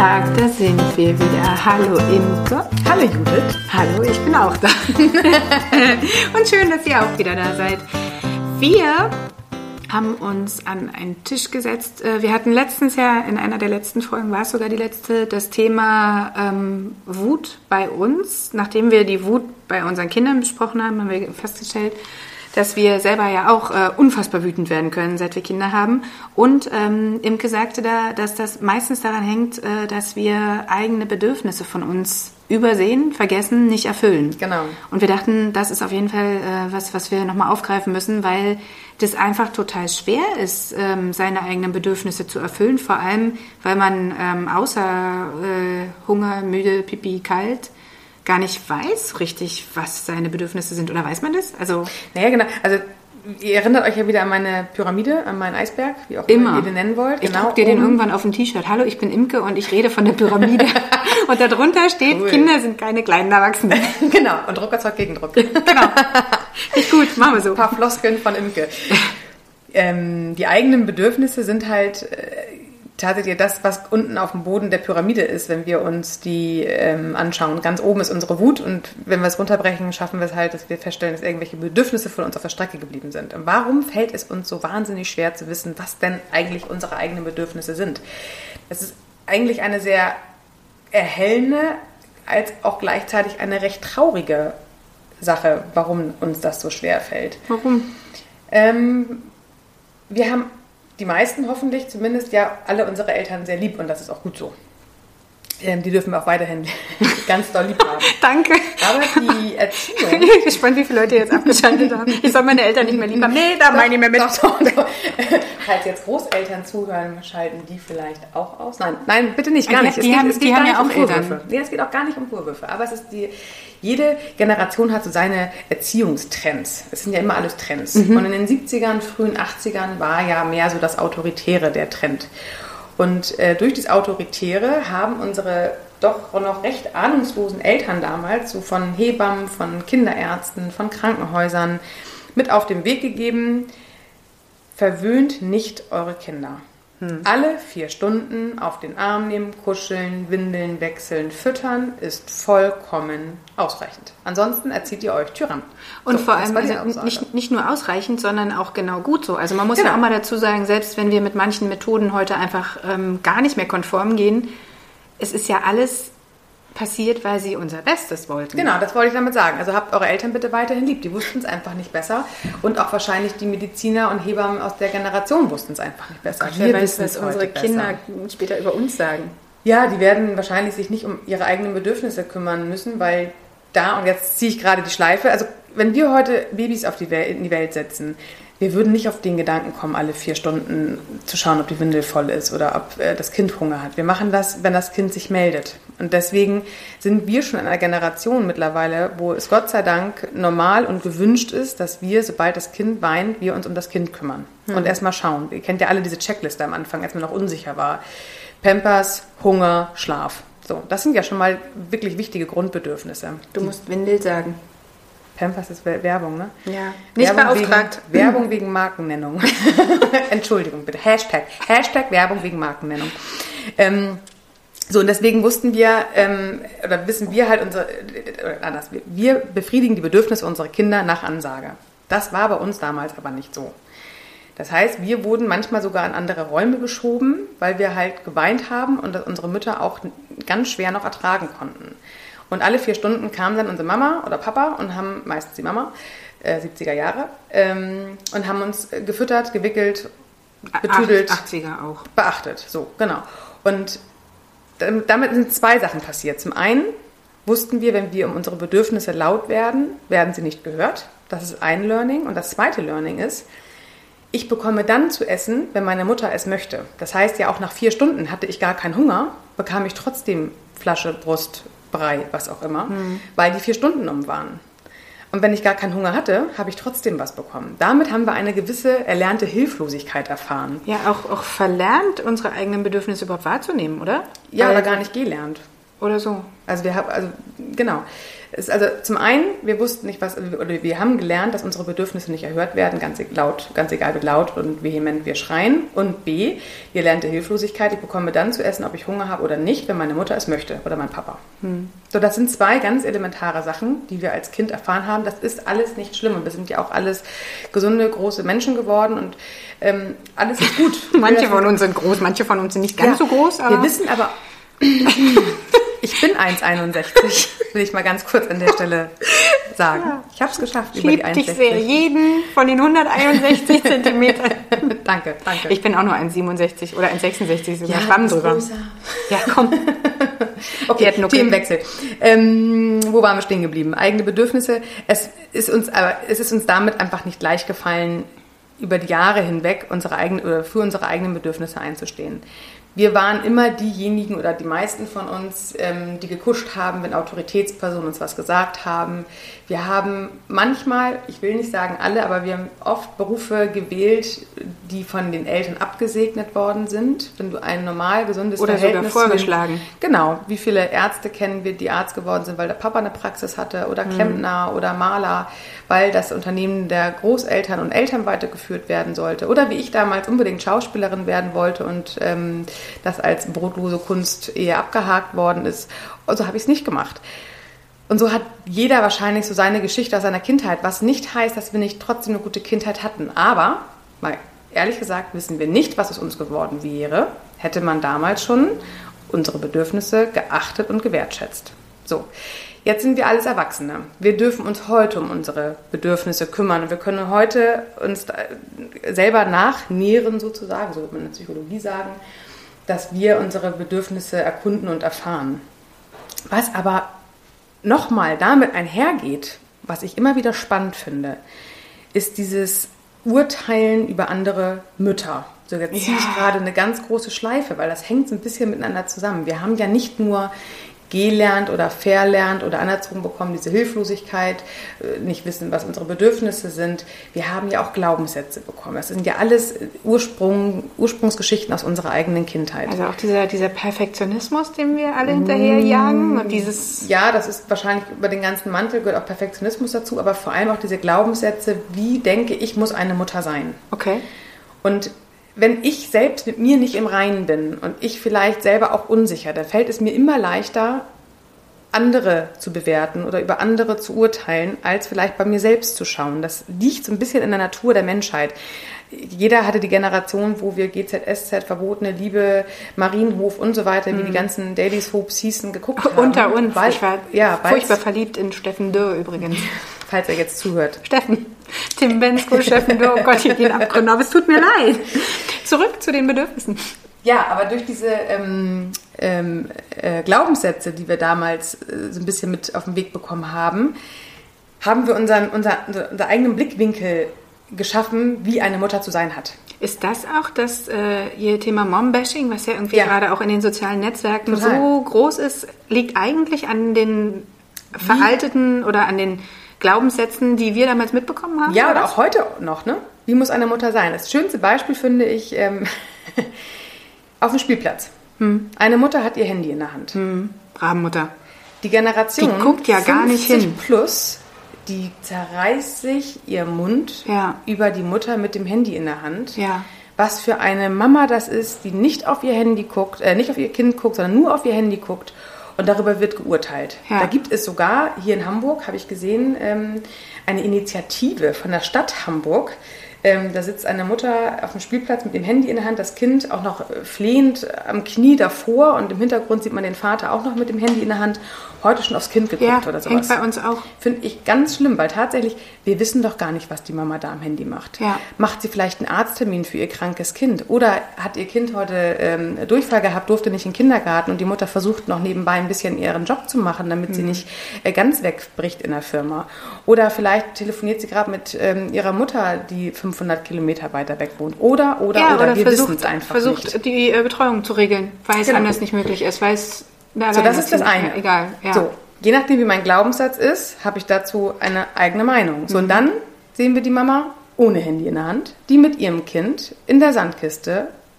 Tag, da sind wir wieder. Hallo Imke. Hallo Judith. Hallo, ich bin auch da. Und schön, dass ihr auch wieder da seid. Wir haben uns an einen Tisch gesetzt. Wir hatten letztens ja, in einer der letzten Folgen, war es sogar die letzte, das Thema Wut bei uns. Nachdem wir die Wut bei unseren Kindern besprochen haben, haben wir festgestellt, dass wir selber ja auch unfassbar wütend werden können, seit wir Kinder haben. Und Imke sagte da, dass das meistens daran hängt, dass wir eigene Bedürfnisse von uns übersehen, vergessen, nicht erfüllen. Genau. Und wir dachten, das ist auf jeden Fall was wir nochmal aufgreifen müssen, weil das einfach total schwer ist, seine eigenen Bedürfnisse zu erfüllen. Vor allem, weil man außer Hunger, müde, Pipi, kalt gar nicht weiß richtig, was seine Bedürfnisse sind. Oder weiß man das? Also, naja, genau. Also ihr erinnert euch ja wieder an meine Pyramide, an meinen Eisberg, wie auch immer ihr den nennen wollt. Ich druck dir den irgendwann auf ein T-Shirt. Hallo, ich bin Imke und ich rede von der Pyramide. Und darunter steht, cool. Kinder sind keine kleinen Erwachsenen. Genau, und Druck erzeugt Gegendruck. Genau. Nicht gut, machen wir so. Ein paar Floskeln von Imke. Die eigenen Bedürfnisse sind halt tatsächlich das, was unten auf dem Boden der Pyramide ist, wenn wir uns die anschauen. Ganz oben ist unsere Wut und wenn wir es runterbrechen, schaffen wir es halt, dass wir feststellen, dass irgendwelche Bedürfnisse von uns auf der Strecke geblieben sind. Und warum fällt es uns so wahnsinnig schwer zu wissen, was denn eigentlich unsere eigenen Bedürfnisse sind? Das ist eigentlich eine sehr erhellende, als auch gleichzeitig eine recht traurige Sache, warum uns das so schwer fällt. Warum? Wir haben die meisten hoffentlich zumindest ja alle unsere Eltern sehr lieb und das ist auch gut so. Die dürfen wir auch weiterhin ganz doll lieb haben. Danke. Aber die Erziehung... Ich bin gespannt, wie viele Leute jetzt abgeschaltet haben. Ich soll meine Eltern nicht mehr lieb haben. Nee, da meine ich mehr mit. Doch. Falls jetzt Großeltern zuhören, schalten die vielleicht auch aus? Nein, bitte nicht, gar nicht. Die haben ja auch Eltern. Nee, es geht auch gar nicht um Vorwürfe. Aber es ist jede Generation hat so seine Erziehungstrends. Es sind ja immer alles Trends. Und in den 70ern, frühen 80ern war ja mehr so das Autoritäre der Trend. Und durch das Autoritäre haben unsere doch noch recht ahnungslosen Eltern damals, so von Hebammen, von Kinderärzten, von Krankenhäusern, mit auf den Weg gegeben, verwöhnt nicht eure Kinder. Alle 4 Stunden auf den Arm nehmen, kuscheln, Windeln wechseln, füttern ist vollkommen ausreichend. Ansonsten erzieht ihr euch Tyrann. Und vor allem also nicht nur ausreichend, sondern auch genau gut so. Also man muss ja auch mal dazu sagen, selbst wenn wir mit manchen Methoden heute einfach gar nicht mehr konform gehen, es ist ja alles passiert, weil sie unser Bestes wollten. Genau, das wollte ich damit sagen. Also habt eure Eltern bitte weiterhin lieb. Die wussten es einfach nicht besser. Und auch wahrscheinlich die Mediziner und Hebammen aus der Generation wussten es einfach nicht besser. Wir wissen, was unsere Kinder später über uns sagen. Ja, die werden wahrscheinlich sich nicht um ihre eigenen Bedürfnisse kümmern müssen, weil da, und jetzt ziehe ich gerade die Schleife, also wenn wir heute Babys in die Welt setzen, wir würden nicht auf den Gedanken kommen, alle 4 Stunden zu schauen, ob die Windel voll ist oder ob das Kind Hunger hat. Wir machen das, wenn das Kind sich meldet. Und deswegen sind wir schon in einer Generation mittlerweile, wo es Gott sei Dank normal und gewünscht ist, dass wir, sobald das Kind weint, wir uns um das Kind kümmern. Und erstmal schauen. Ihr kennt ja alle diese Checkliste am Anfang, als man noch unsicher war. Pampers, Hunger, Schlaf. So, das sind ja schon mal wirklich wichtige Grundbedürfnisse. Du musst Windel sagen. Pampers ist Werbung, ne? Ja. Nicht beauftragt. Werbung wegen Markennennung. Entschuldigung, bitte. Hashtag Werbung wegen Markennennung. So, und deswegen wissen wir halt wir befriedigen die Bedürfnisse unserer Kinder nach Ansage. Das war bei uns damals aber nicht so. Das heißt, wir wurden manchmal sogar in andere Räume geschoben, weil wir halt geweint haben und das unsere Mütter auch ganz schwer noch ertragen konnten. Und alle 4 Stunden kam dann unsere Mama oder Papa und haben, meistens die Mama, 70er Jahre, und haben uns gefüttert, gewickelt, betüdelt. 80er auch. Beachtet, so, genau. Und damit sind 2 Sachen passiert. Zum einen wussten wir, wenn wir um unsere Bedürfnisse laut werden, werden sie nicht gehört. Das ist ein Learning. Und das zweite Learning ist, ich bekomme dann zu essen, wenn meine Mutter es möchte. Das heißt ja auch nach 4 Stunden hatte ich gar keinen Hunger, bekam ich trotzdem Flasche, Brust, Brei, was auch immer, weil die 4 Stunden um waren. Und wenn ich gar keinen Hunger hatte, habe ich trotzdem was bekommen. Damit haben wir eine gewisse erlernte Hilflosigkeit erfahren. Ja, auch verlernt, unsere eigenen Bedürfnisse überhaupt wahrzunehmen, oder? Ja, oder gar nicht gelernt. Oder so. Also genau. Also zum einen, wir wussten nicht, oder wir haben gelernt, dass unsere Bedürfnisse nicht erhört werden, ganz egal wie laut und vehement wir schreien. Und B, wir lernte Hilflosigkeit. Ich bekomme dann zu essen, ob ich Hunger habe oder nicht, wenn meine Mutter es möchte oder mein Papa. So, das sind 2 ganz elementare Sachen, die wir als Kind erfahren haben. Das ist alles nicht schlimm und wir sind ja auch alles gesunde, große Menschen geworden und alles ist gut. Manche von uns sind groß, manche von uns sind nicht ganz so groß. Aber wir wissen aber... Ich bin 1,61, will ich mal ganz kurz an der Stelle sagen. Ja. Ich habe es geschafft über die 1,60. Ich sehe jeden von den 161 Zentimetern. Danke. Ich bin auch nur 1,67 oder 1,66, sogar Schwamm drüber. Größer. Ja, komm. Okay, Themenwechsel. Wo waren wir stehen geblieben? Eigene Bedürfnisse. Es ist uns damit einfach nicht leicht gefallen, über die Jahre hinweg für unsere eigenen Bedürfnisse einzustehen. Wir waren immer diejenigen oder die meisten von uns, die gekuscht haben, wenn Autoritätspersonen uns was gesagt haben. Wir haben manchmal, ich will nicht sagen alle, aber wir haben oft Berufe gewählt, die von den Eltern abgesegnet worden sind. Wenn du ein normal gesundes oder Verhältnis... Oder sogar vorgeschlagen. Genau. Wie viele Ärzte kennen wir, die Arzt geworden sind, weil der Papa eine Praxis hatte oder Klempner oder Maler, weil das Unternehmen der Großeltern und Eltern weitergeführt werden sollte. Oder wie ich damals unbedingt Schauspielerin werden wollte und das als brotlose Kunst eher abgehakt worden ist. Also habe ich es nicht gemacht. Und so hat jeder wahrscheinlich so seine Geschichte aus seiner Kindheit, was nicht heißt, dass wir nicht trotzdem eine gute Kindheit hatten. Aber, mal ehrlich gesagt, wissen wir nicht, was aus uns geworden wäre, hätte man damals schon unsere Bedürfnisse geachtet und gewertschätzt. So, jetzt sind wir alles Erwachsene. Wir dürfen uns heute um unsere Bedürfnisse kümmern und wir können heute uns selber nachnähren sozusagen, so würde man in der Psychologie sagen, dass wir unsere Bedürfnisse erkunden und erfahren. Was aber nochmal damit einhergeht, was ich immer wieder spannend finde, ist dieses Urteilen über andere Mütter. So, jetzt ziehe ich gerade eine ganz große Schleife, weil das hängt so ein bisschen miteinander zusammen. Wir haben ja nicht nur gelernt oder verlernt oder anerzogen bekommen, diese Hilflosigkeit, nicht wissen, was unsere Bedürfnisse sind. Wir haben ja auch Glaubenssätze bekommen. Das sind ja alles Ursprungsgeschichten aus unserer eigenen Kindheit. Also auch dieser Perfektionismus, den wir alle hinterherjagen und dieses... Ja, das ist wahrscheinlich über den ganzen Mantel, gehört auch Perfektionismus dazu, aber vor allem auch diese Glaubenssätze, wie denke ich, muss eine Mutter sein. Okay. Und wenn ich selbst mit mir nicht im Reinen bin und ich vielleicht selber auch unsicher, dann fällt es mir immer leichter, andere zu bewerten oder über andere zu urteilen, als vielleicht bei mir selbst zu schauen. Das liegt so ein bisschen in der Natur der Menschheit. Jeder hatte die Generation, wo wir GZSZ, Verbotene Liebe, Marienhof und so weiter, wie die ganzen Daily Soaps hießen, geguckt haben. Unter uns. Ich war furchtbar verliebt in Steffen Dürr übrigens. Falls er jetzt zuhört. Steffen. Tim Bensko, Steffen Dürr, oh Gott, hier gehen Abgründe, aber es tut mir leid. Zurück zu den Bedürfnissen. Ja, aber durch diese Glaubenssätze, die wir damals so ein bisschen mit auf den Weg bekommen haben, haben wir unseren eigenen Blickwinkel geschaffen, wie eine Mutter zu sein hat. Ist das auch das ihr Thema Mom-Bashing, was ja irgendwie gerade auch in den sozialen Netzwerken so groß ist, liegt eigentlich an den veralteten oder an den Glaubenssätzen, die wir damals mitbekommen haben? Ja, oder auch heute noch, ne? Wie muss eine Mutter sein? Das schönste Beispiel finde ich auf dem Spielplatz. Eine Mutter hat ihr Handy in der Hand. Rabenmutter. Die Generation die guckt ja gar nicht hin. Plus, die zerreißt sich ihr Mund über die Mutter mit dem Handy in der Hand. Ja. Was für eine Mama das ist, die nicht auf ihr Handy guckt, nicht auf ihr Kind guckt, sondern nur auf ihr Handy guckt. Und darüber wird geurteilt. Ja. Da gibt es sogar, hier in Hamburg, habe ich gesehen, eine Initiative von der Stadt Hamburg. Da sitzt eine Mutter auf dem Spielplatz mit dem Handy in der Hand, das Kind auch noch flehend am Knie davor und im Hintergrund sieht man den Vater auch noch mit dem Handy in der Hand, heute schon aufs Kind geguckt oder sowas. Hängt bei uns auch. Finde ich ganz schlimm, weil tatsächlich, wir wissen doch gar nicht, was die Mama da am Handy macht. Ja. Macht sie vielleicht einen Arzttermin für ihr krankes Kind? Oder hat ihr Kind heute Durchfall gehabt, durfte nicht in den Kindergarten und die Mutter versucht noch nebenbei ein bisschen ihren Job zu machen, damit sie nicht ganz wegbricht in der Firma? Oder vielleicht telefoniert sie gerade mit ihrer Mutter, die 500 Kilometer weiter weg wohnt. Oder wir wissen es einfach nicht. Versucht die Betreuung zu regeln, weil es anders nicht möglich ist, weil es so, das ist das eine. Egal. Ja. So, je nachdem, wie mein Glaubenssatz ist, habe ich dazu eine eigene Meinung. So, und dann sehen wir die Mama ohne Handy in der Hand, die mit ihrem Kind in der Sandkiste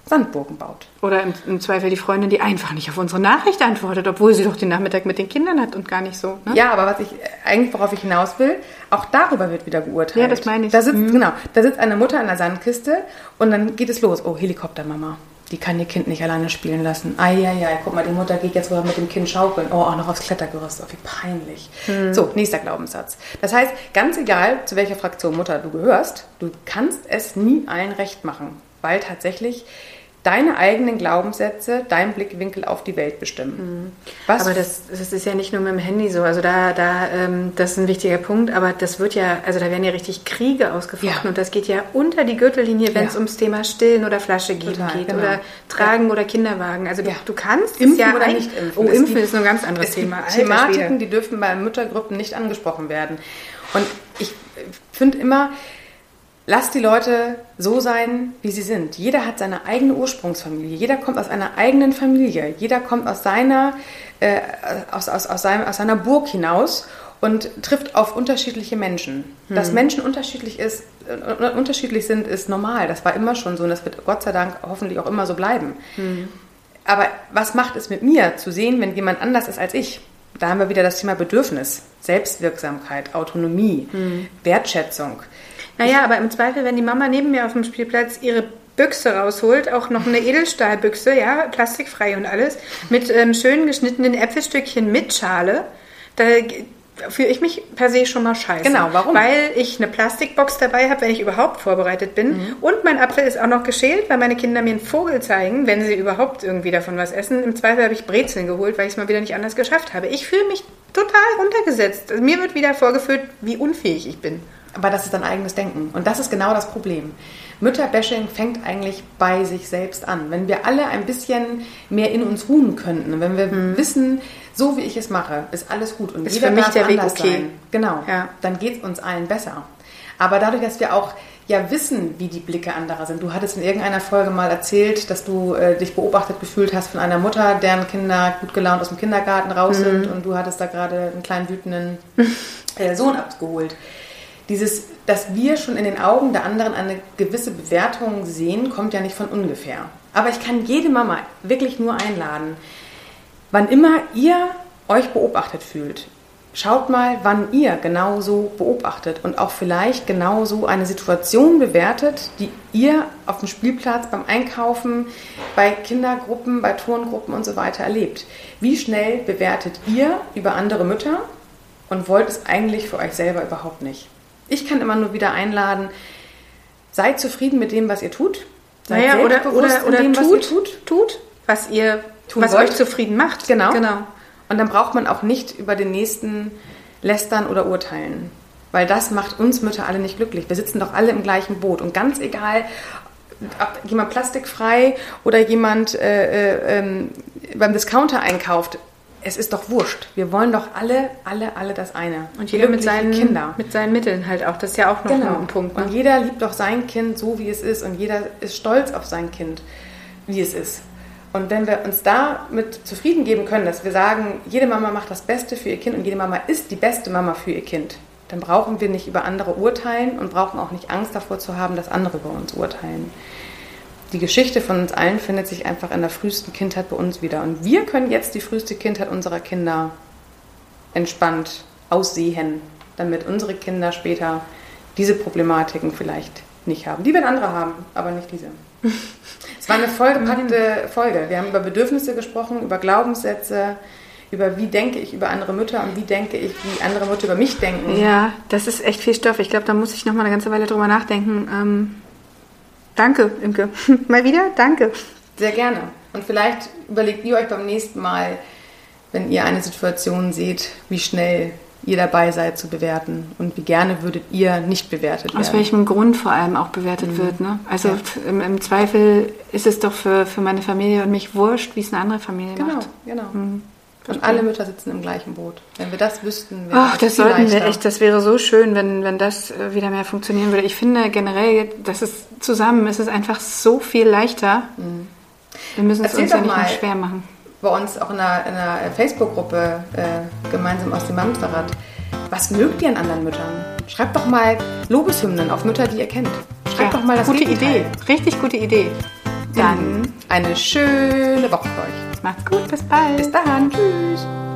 Sandburgen baut. Oder im Zweifel die Freundin, die einfach nicht auf unsere Nachricht antwortet, obwohl sie doch den Nachmittag mit den Kindern hat und gar nicht so. Ne? Ja, aber worauf ich hinaus will, auch darüber wird wieder geurteilt. Ja, das meine ich. Da sitzt eine Mutter in der Sandkiste und dann geht es los. Oh, Helikoptermama. Die kann ihr Kind nicht alleine spielen lassen. Eieiei, guck mal, die Mutter geht jetzt wohl mit dem Kind schaukeln. Oh, auch noch aufs Klettergerüst. Oh, wie peinlich. So, nächster Glaubenssatz. Das heißt, ganz egal, zu welcher Fraktion Mutter du gehörst, du kannst es nie allen recht machen, weil tatsächlich deine eigenen Glaubenssätze deinen Blickwinkel auf die Welt bestimmen. Was? Aber das ist ja nicht nur mit dem Handy so. Also das ist ein wichtiger Punkt, aber das wird ja, also da werden ja richtig Kriege ausgefochten und das geht ja unter die Gürtellinie, wenn es ums Thema Stillen oder Flasche geben geht oder Tragen oder Kinderwagen. Also du kannst impfen ja oder nicht impfen. Oh, impfen ist ein ganz anderes Thema. Thematiken, die dürfen bei Müttergruppen nicht angesprochen werden. Und ich finde immer, lasst die Leute so sein, wie sie sind. Jeder hat seine eigene Ursprungsfamilie. Jeder kommt aus einer eigenen Familie. Jeder kommt aus seiner Burg hinaus und trifft auf unterschiedliche Menschen. Dass Menschen unterschiedlich sind, ist normal. Das war immer schon so und das wird Gott sei Dank hoffentlich auch immer so bleiben. Aber was macht es mit mir, zu sehen, wenn jemand anders ist als ich? Da haben wir wieder das Thema Bedürfnis, Selbstwirksamkeit, Autonomie, Wertschätzung. Naja, aber im Zweifel, wenn die Mama neben mir auf dem Spielplatz ihre Büchse rausholt, auch noch eine Edelstahlbüchse, ja, plastikfrei und alles, mit schön geschnittenen Äpfelstückchen mit Schale, da fühle ich mich per se schon mal scheiße. Genau, warum? Weil ich eine Plastikbox dabei habe, wenn ich überhaupt vorbereitet bin. Und mein Apfel ist auch noch geschält, weil meine Kinder mir einen Vogel zeigen, wenn sie überhaupt irgendwie davon was essen. Im Zweifel habe ich Brezeln geholt, weil ich es mal wieder nicht anders geschafft habe. Ich fühle mich total runtergesetzt. Also mir wird wieder vorgeführt, wie unfähig ich bin. Aber das ist dein eigenes Denken. Und das ist genau das Problem. Mütterbashing fängt eigentlich bei sich selbst an. Wenn wir alle ein bisschen mehr in uns ruhen könnten und wenn wir wissen, so wie ich es mache, ist alles gut und ist jeder für mich darf der Weg anders okay. sein. Genau, dann geht es uns allen besser. Aber dadurch, dass wir auch wissen, wie die Blicke anderer sind. Du hattest in irgendeiner Folge mal erzählt, dass du dich beobachtet gefühlt hast von einer Mutter, deren Kinder gut gelaunt aus dem Kindergarten raus sind und du hattest da gerade einen kleinen wütenden Sohn abgeholt. Dass wir schon in den Augen der anderen eine gewisse Bewertung sehen, kommt ja nicht von ungefähr. Aber ich kann jede Mama wirklich nur einladen, wann immer ihr euch beobachtet fühlt, schaut mal, wann ihr genauso beobachtet und auch vielleicht genauso eine Situation bewertet, die ihr auf dem Spielplatz, beim Einkaufen, bei Kindergruppen, bei Turngruppen und so weiter erlebt. Wie schnell bewertet ihr über andere Mütter und wollt es eigentlich für euch selber überhaupt nicht? Ich kann immer nur wieder einladen, seid zufrieden mit dem, was ihr tut. Seid selbstbewusst in dem, was ihr tut, was euch zufrieden macht. Genau. Und dann braucht man auch nicht über den Nächsten lästern oder urteilen. Weil das macht uns Mütter alle nicht glücklich. Wir sitzen doch alle im gleichen Boot. Und ganz egal, ob jemand plastikfrei oder jemand beim Discounter einkauft, es ist doch wurscht. Wir wollen doch alle das eine. Und jeder mit seinen Mitteln halt auch. Das ist ja auch noch ein Punkt. Ne? Und jeder liebt doch sein Kind so, wie es ist. Und jeder ist stolz auf sein Kind, wie es ist. Und wenn wir uns damit zufrieden geben können, dass wir sagen, jede Mama macht das Beste für ihr Kind und jede Mama ist die beste Mama für ihr Kind, dann brauchen wir nicht über andere urteilen und brauchen auch nicht Angst davor zu haben, dass andere über uns urteilen. Die Geschichte von uns allen findet sich einfach in der frühesten Kindheit bei uns wieder. Und wir können jetzt die früheste Kindheit unserer Kinder entspannt aussehen, damit unsere Kinder später diese Problematiken vielleicht nicht haben. Die werden andere haben, aber nicht diese. Es war eine vollgepackte Folge. Wir haben über Bedürfnisse gesprochen, über Glaubenssätze, über wie denke ich über andere Mütter und wie denke ich, wie andere Mütter über mich denken. Ja, das ist echt viel Stoff. Ich glaube, da muss ich noch mal eine ganze Weile drüber nachdenken. Danke, Imke. Mal wieder, danke. Sehr gerne. Und vielleicht überlegt ihr euch beim nächsten Mal, wenn ihr eine Situation seht, wie schnell ihr dabei seid zu bewerten und wie gerne würdet ihr nicht bewertet werden. Aus welchem Grund vor allem auch bewertet wird. Ne? Also im Zweifel ist es doch für meine Familie und mich wurscht, wie es eine andere Familie macht. Genau. Und alle Mütter sitzen im gleichen Boot. Wenn wir das wüssten, wäre das sollten wir echt. Das wäre so schön, wenn das wieder mehr funktionieren würde. Ich finde generell, es ist einfach so viel leichter. Wir müssen es uns ja nicht mehr schwer machen. Bei uns auch in einer Facebook-Gruppe gemeinsam aus dem Hamsterrad. Was mögt ihr an anderen Müttern? Schreibt doch mal Lobeshymnen auf Mütter, die ihr kennt. Schreibt doch mal das gute Gegenteil. Idee. Richtig gute Idee. Dann eine schöne Woche für euch. Macht's gut, bis bald. Bis dahin. Tschüss.